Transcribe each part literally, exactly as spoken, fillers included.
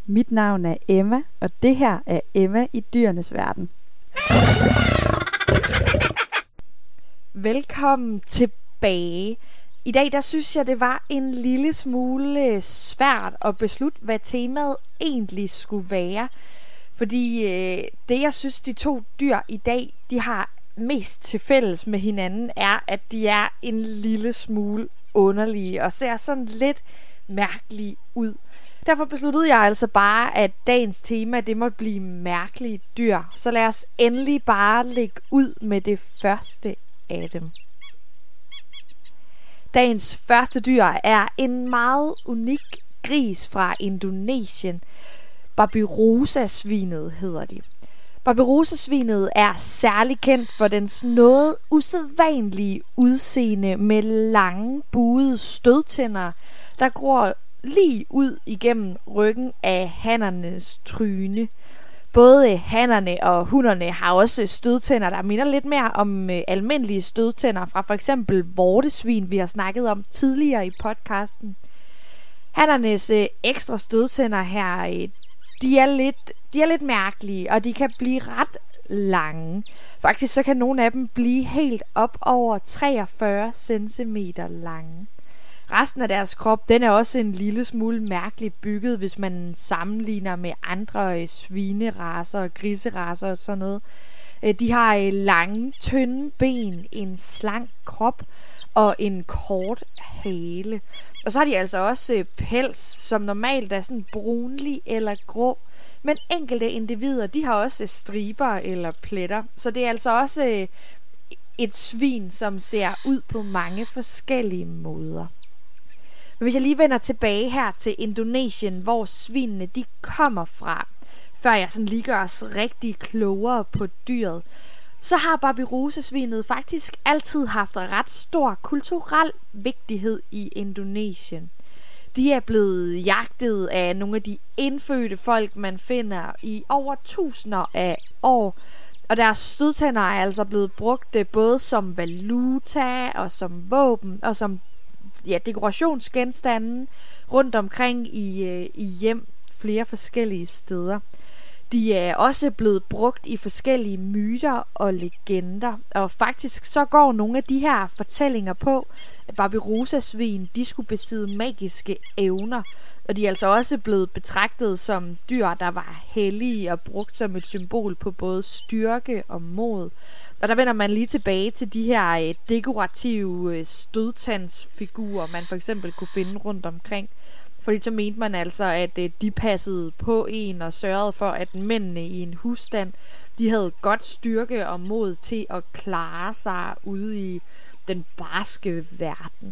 Mit navn er Emma, og det her er Emma i dyrenes verden. Velkommen tilbage. I dag der synes jeg, det var en lille smule svært at beslutte, hvad temaet egentlig skulle være. Fordi øh, det, jeg synes, de to dyr i dag, de har mest til fælles med hinanden, er, at de er en lille smule underlige og ser sådan lidt mærkelige ud. Derfor besluttede jeg altså bare, at dagens tema, det måtte blive mærkelige dyr. Så lad os endelig bare lægge ud med det første af dem. Dagens første dyr er en meget unik gris fra Indonesien. Babirusa-svinet hedder de. Babirusa-svinet er særlig kendt for dens noget usædvanlige udseende med lange, buede stødtænder, der gror lige ud igennem ryggen af hannernes tryne. Både hannerne og hunnerne har også stødtænder, der minder lidt mere om øh, almindelige stødtænder fra for eksempel vortesvin, vi har snakket om tidligere i podcasten. Hannernes øh, ekstra stødtænder her, øh, de, er lidt, de er lidt mærkelige, og de kan blive ret lange. Faktisk så kan nogle af dem blive helt op over treogfyrre centimeter lange. Resten af deres krop, den er også en lille smule mærkeligt bygget, hvis man sammenligner med andre øh, svineracer og griseracer og sådan noget. Øh, de har øh, lange, tynde ben, en slank krop og en kort hale. Og så har de altså også øh, pels, som normalt er sådan brunlig eller grå. Men enkelte individer, de har også striber eller pletter. Så det er altså også øh, et svin, som ser ud på mange forskellige måder. Men hvis jeg lige vender tilbage her til Indonesien, hvor svinene de kommer fra, før jeg sådan lige gør os rigtig klogere på dyret, så har Babirusa-svinet faktisk altid haft ret stor kulturel vigtighed i Indonesien. De er blevet jagtet af nogle af de indfødte folk, man finder i over tusinder af år. Og deres stødtænder er altså blevet brugt både som valuta og som våben og som ja, dekorationsgenstande rundt omkring i, øh, i hjem flere forskellige steder. De er også blevet brugt i forskellige myter og legender, og faktisk så går nogle af de her fortællinger på, at Babirusa-svin de skulle besidde magiske evner, og de er altså også blevet betragtet som dyr, der var hellige og brugt som et symbol på både styrke og mod. Og der vender man lige tilbage til de her øh, dekorative øh, stødtandsfigurer, man for eksempel kunne finde rundt omkring. Fordi så mente man altså, at øh, de passede på en og sørgede for, at mændene i en husstand, de havde godt styrke og mod til at klare sig ude i den barske verden.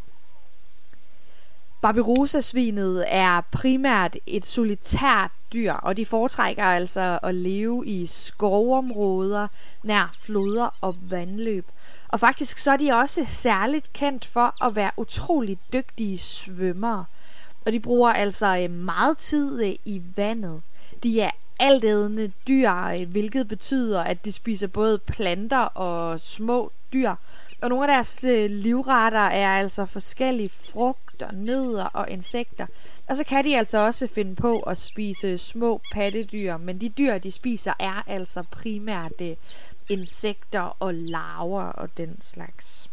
Babirusa-svinet er primært et solitært dyr, og de foretrækker altså at leve i skovområder nær floder og vandløb. Og faktisk så er de også særligt kendt for at være utroligt dygtige svømmere. Og de bruger altså meget tid i vandet. De er altædende dyr, hvilket betyder, at de spiser både planter og små dyr. Og nogle af deres livretter er altså forskellige frugter, nødder og insekter. Og så kan de altså også finde på at spise små pattedyr, men de dyr, de spiser, er altså primært insekter og larver og den slags.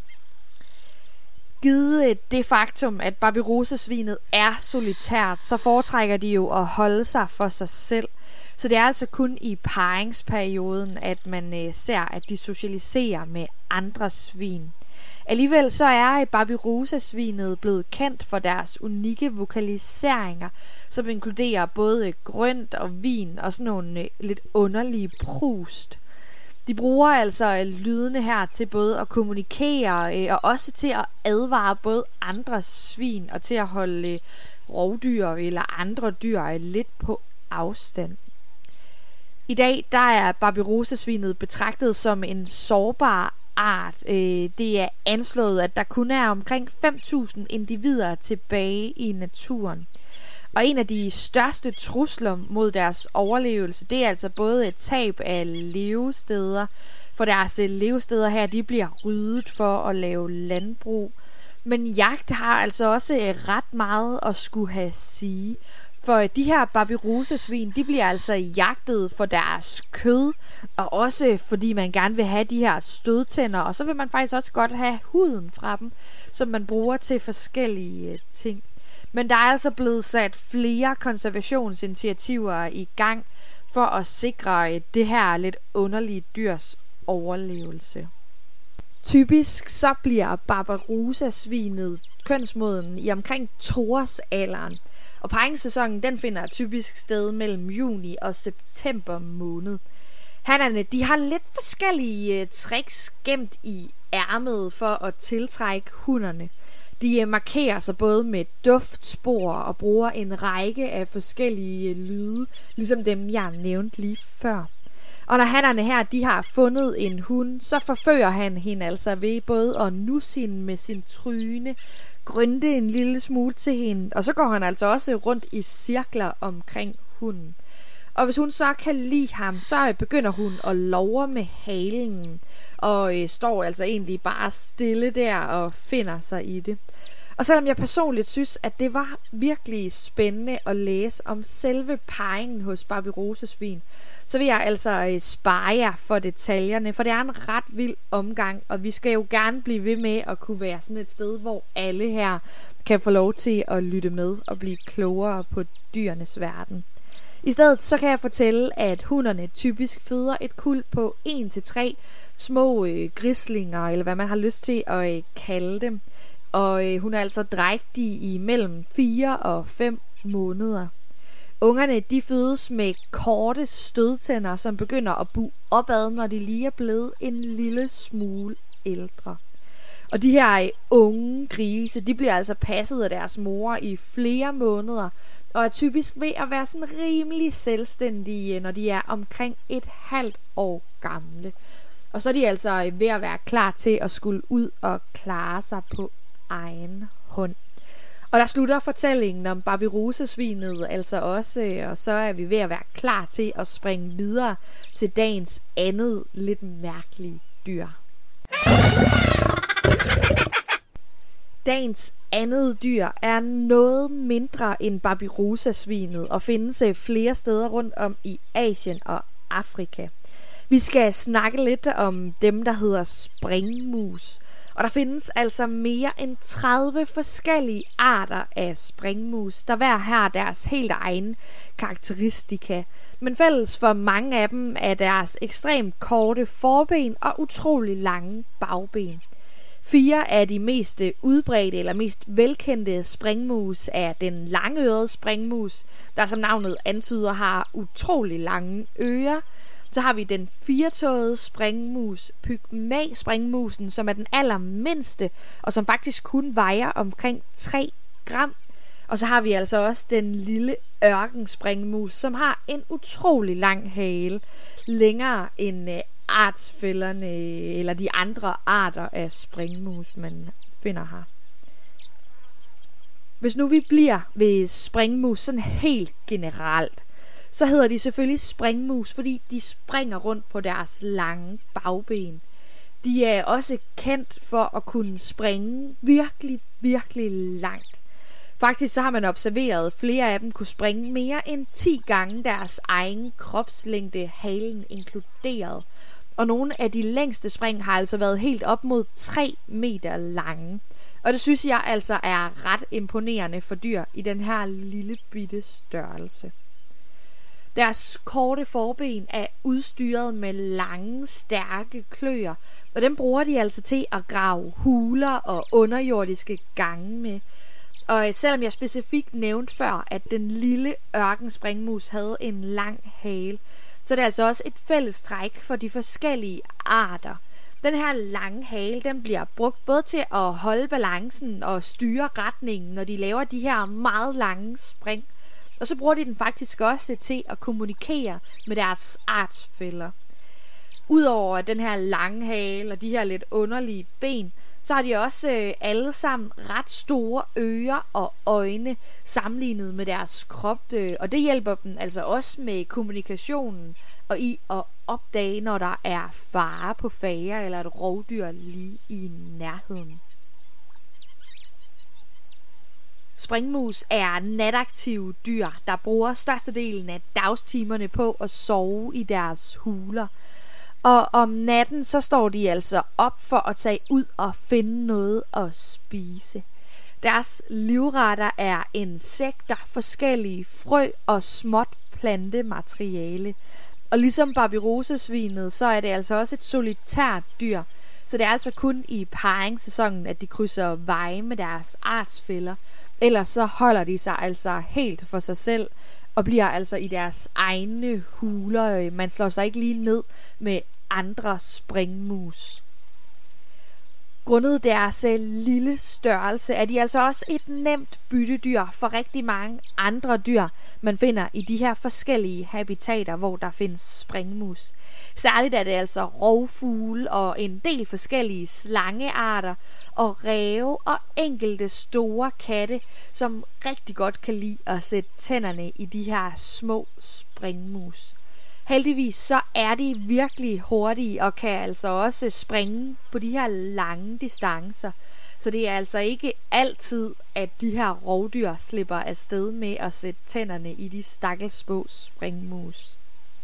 Givet det faktum, at Babirusa-svinet er solitært, så foretrækker de jo at holde sig for sig selv. Så det er altså kun i parringsperioden, at man øh, ser, at de socialiserer med andre svin. Alligevel så er Babirusa-svinet blevet kendt for deres unikke vokaliseringer, som inkluderer både grønt og vin og sådan nogle øh, lidt underlige prust. De bruger altså lydene her til både at kommunikere øh, og også til at advare både andre svin og til at holde øh, rovdyr eller andre dyr øh, lidt på afstand. I dag der er Babirusa-svinet betragtet som en sårbar art. Det er anslået, at der kun er omkring fem tusind individer tilbage i naturen. Og en af de største trusler mod deres overlevelse, det er altså både et tab af levesteder. For deres levesteder her, de bliver ryddet for at lave landbrug. Men jagt har altså også ret meget at skulle have sige. For de her Barberosasvin, de bliver altså jagtet for deres kød, og også fordi man gerne vil have de her stødtænder, og så vil man faktisk også godt have huden fra dem, som man bruger til forskellige ting. Men der er altså blevet sat flere konservationsinitiativer i gang for at sikre det her lidt underlige dyrs overlevelse. Typisk så bliver Barberosasvinet kønsmoden i omkring toårsalderen, og parringssæsonen den finder typisk sted mellem juni og september måned. Hannerne de har lidt forskellige tricks gemt i ærmet for at tiltrække hunnerne. De markerer sig både med duftspor og bruger en række af forskellige lyde, ligesom dem jeg nævnte lige før. Og når hannerne her de har fundet en hund, så forfører han hende altså ved både at nusse hende med sin tryne, grynte en lille smule til hende, og så går han altså også rundt i cirkler omkring hunden. Og hvis hun så kan lide ham, så begynder hun at love med halen, og øh, står altså egentlig bare stille der og finder sig i det. Og selvom jeg personligt synes, at det var virkelig spændende at læse om selve parringen hos Barberosasvin, så vil jeg altså øh, spare jer for detaljerne, for det er en ret vild omgang, og vi skal jo gerne blive ved med at kunne være sådan et sted, hvor alle her kan få lov til at lytte med og blive klogere på dyrenes verden. I stedet så kan jeg fortælle, at hunderne typisk føder et kuld på en til tre små øh, grislinger, eller hvad man har lyst til at øh, kalde dem. Og øh, hun er altså drægtig i mellem fire og fem måneder. Ungerne de fødes med korte stødtænder, som begynder at bue opad, når de lige er blevet en lille smule ældre. Og de her øh, unge grise, de bliver altså passet af deres mor i flere måneder, og er typisk ved at være sådan rimelig selvstændige, når de er omkring et halvt år gamle. Og så er de altså ved at være klar til at skulle ud og klare sig på egen hånd. Og der slutter fortællingen om Barberosasvinet altså også, og så er vi ved at være klar til at springe videre til dagens andet lidt mærkelige dyr. Dagens andet dyr er noget mindre end Barberosasvinet og findes flere steder rundt om i Asien og Afrika. Vi skal snakke lidt om dem, der hedder springmus. Og der findes altså mere end tredive forskellige arter af springmus, der hver har deres helt egen karakteristika. Men fælles for mange af dem er deres ekstremt korte forben og utrolig lange bagben. Fire af de mest udbredte eller mest velkendte springmus er den langørede springmus, der som navnet antyder har utrolig lange ører. Så har vi den firetåede springmus, pygmæ-springmusen, som er den allermindste, og som faktisk kun vejer omkring tre gram. Og så har vi altså også den lille ørkenspringmus, som har en utrolig lang hale, længere end øh, artsfællerne eller de andre arter af springmus, man finder her. Hvis nu vi bliver ved springmus sådan helt generelt, så hedder de selvfølgelig springmus, fordi de springer rundt på deres lange bagben. De er også kendt for at kunne springe virkelig, virkelig langt. Faktisk så har man observeret, at flere af dem kunne springe mere end ti gange deres egen kropslængde, halen inkluderet. Og nogle af de længste spring har altså været helt op mod tre meter lange. Og det synes jeg altså er ret imponerende for dyr i den her lille bitte størrelse. Deres korte forben er udstyret med lange, stærke kløer, og dem bruger de altså til at grave huler og underjordiske gange med. Og selvom jeg specifikt nævnte før, at den lille ørkenspringmus havde en lang hale, så er det altså også et fælles træk for de forskellige arter. Den her lange hale, den bliver brugt både til at holde balancen og styre retningen, når de laver de her meget lange spring. Og så bruger de den faktisk også til at kommunikere med deres artsfæller. Udover den her lange hale og de her lidt underlige ben, så har de også øh, alle sammen ret store ører og øjne sammenlignet med deres krop. Øh, og det hjælper dem altså også med kommunikationen og i at opdage, når der er fare på færde eller et rovdyr lige i nærheden. Springmus er nataktive dyr, der bruger størstedelen af dagstimerne på at sove i deres huler. Og om natten så står de altså op for at tage ud og finde noget at spise. Deres livretter er insekter, forskellige frø og småt plantemateriale. Og ligesom babyrosesvinet, så er det altså også et solitært dyr. Så det er altså kun i parringssæsonen, at de krydser veje med deres artsfæller. Ellers så holder de sig altså helt for sig selv og bliver altså i deres egne huler. Man slår sig ikke lige ned med andre springmus. Grundet deres lille størrelse er de altså også et nemt byttedyr for rigtig mange andre dyr, man finder i de her forskellige habitater, hvor der findes springmus. Særligt er det altså rovfugle og en del forskellige slangearter og ræve og enkelte store katte, som rigtig godt kan lide at sætte tænderne i de her små springmus. Heldigvis så er de virkelig hurtige og kan altså også springe på de her lange distancer. Så det er altså ikke altid, at de her rovdyr slipper afsted med at sætte tænderne i de stakkels små springmus.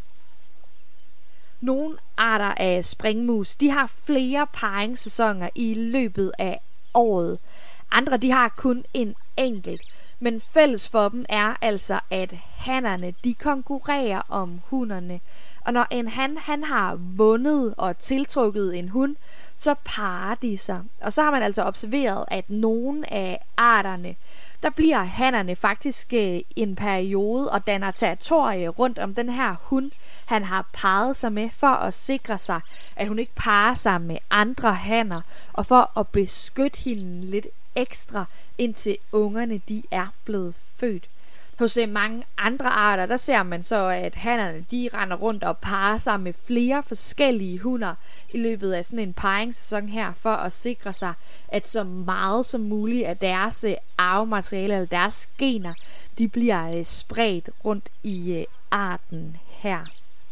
Nogle arter af springmus, de har flere parringssæsoner i løbet af året. Andre, de har kun en enkelt. Men fælles for dem er altså, at hannerne, de konkurrerer om hunnerne. Og når en han, han har vundet og tiltrukket en hund, så parer de sig. Og så har man altså observeret, at nogle af arterne, der bliver hannerne faktisk øh, en periode og danner territorie rundt om den her hund, han har parret sig med, for at sikre sig, at hun ikke parer sig med andre hanner, og for at beskytte hende lidt ekstra, indtil ungerne de er blevet født. Hos mange andre arter, der ser man så, at hannerne de render rundt og parer sig med flere forskellige hunner i løbet af sådan en parringssæson her, for at sikre sig, at så meget som muligt af deres arvemateriale eller deres gener, de bliver spredt rundt i arten her.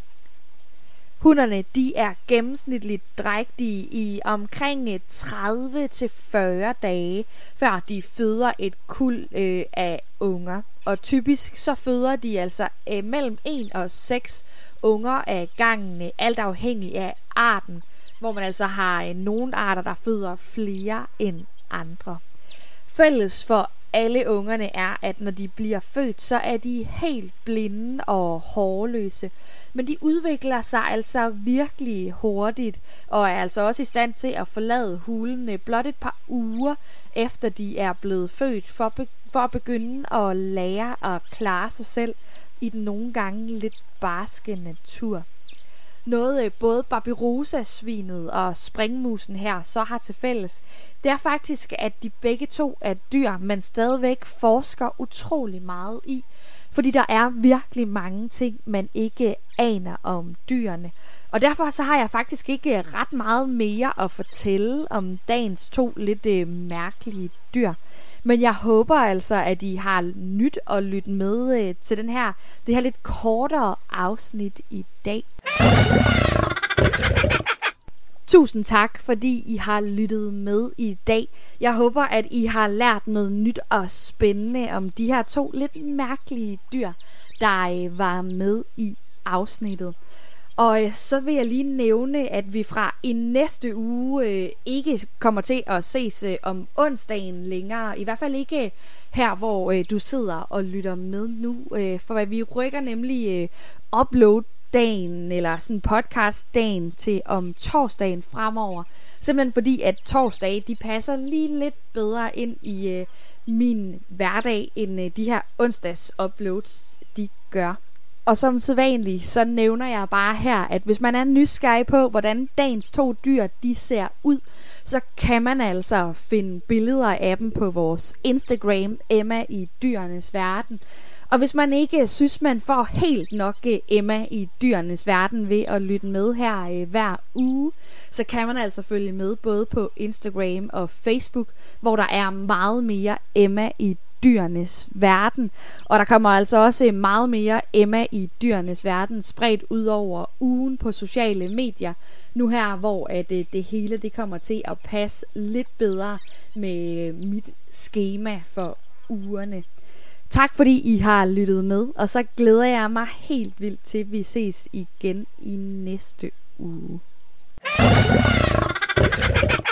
Hunnerne, de er gennemsnitligt drægtige i omkring tredive til fyrre dage, før de føder et kuld øh, af unger. Og typisk så føder de altså øh, mellem en og seks unger af gangen, alt afhængig af arten, hvor man altså har øh, nogle arter, der føder flere end andre. Fælles for alle ungerne er, at når de bliver født, så er de helt blinde og hårløse. Men de udvikler sig altså virkelig hurtigt, og er altså også i stand til at forlade hulene blot et par uger efter de er blevet født, for, be- for at begynde at lære at klare sig selv i den nogle gange lidt barske natur. Noget både babyrosasvinet og springmusen her så har til fælles, det er faktisk, at de begge to er dyr, man stadigvæk forsker utrolig meget i. Fordi der er virkelig mange ting, man ikke aner om dyrene. Og derfor så har jeg faktisk ikke ret meget mere at fortælle om dagens to lidt øh, mærkelige dyr. Men jeg håber altså, at I har nyt at lytte med øh, til den her, det her lidt kortere afsnit i dag. Tusind tak, fordi I har lyttet med i dag. Jeg håber, at I har lært noget nyt og spændende om de her to lidt mærkelige dyr, der var med i afsnittet. Og så vil jeg lige nævne, at vi fra i næste uge øh, ikke kommer til at ses øh, om onsdagen længere. I hvert fald ikke her, hvor øh, du sidder og lytter med nu. Øh, for vi rykker nemlig øh, upload dagen eller sådan podcastdagen til om torsdagen fremover. Simpelthen fordi, at torsdage, de passer lige lidt bedre ind i øh, min hverdag, end øh, de her onsdags uploads, de gør. Og som sædvanligt, så nævner jeg bare her, at hvis man er nysgerrig på, hvordan dagens to dyr, de ser ud, så kan man altså finde billeder af dem på vores Instagram, Emma i dyrenes verden. Og hvis man ikke synes, man får helt nok Emma i dyrenes verden ved at lytte med her øh, hver uge, så kan man altså følge med både på Instagram og Facebook, hvor der er meget mere Emma i dyrenes verden. Og der kommer altså også meget mere Emma i dyrenes verden spredt ud over ugen på sociale medier. Nu her, hvor at det, det hele det kommer til at passe lidt bedre med mit skema for ugerne. Tak fordi I har lyttet med, og så glæder jeg mig helt vildt til, at vi ses igen i næste uge.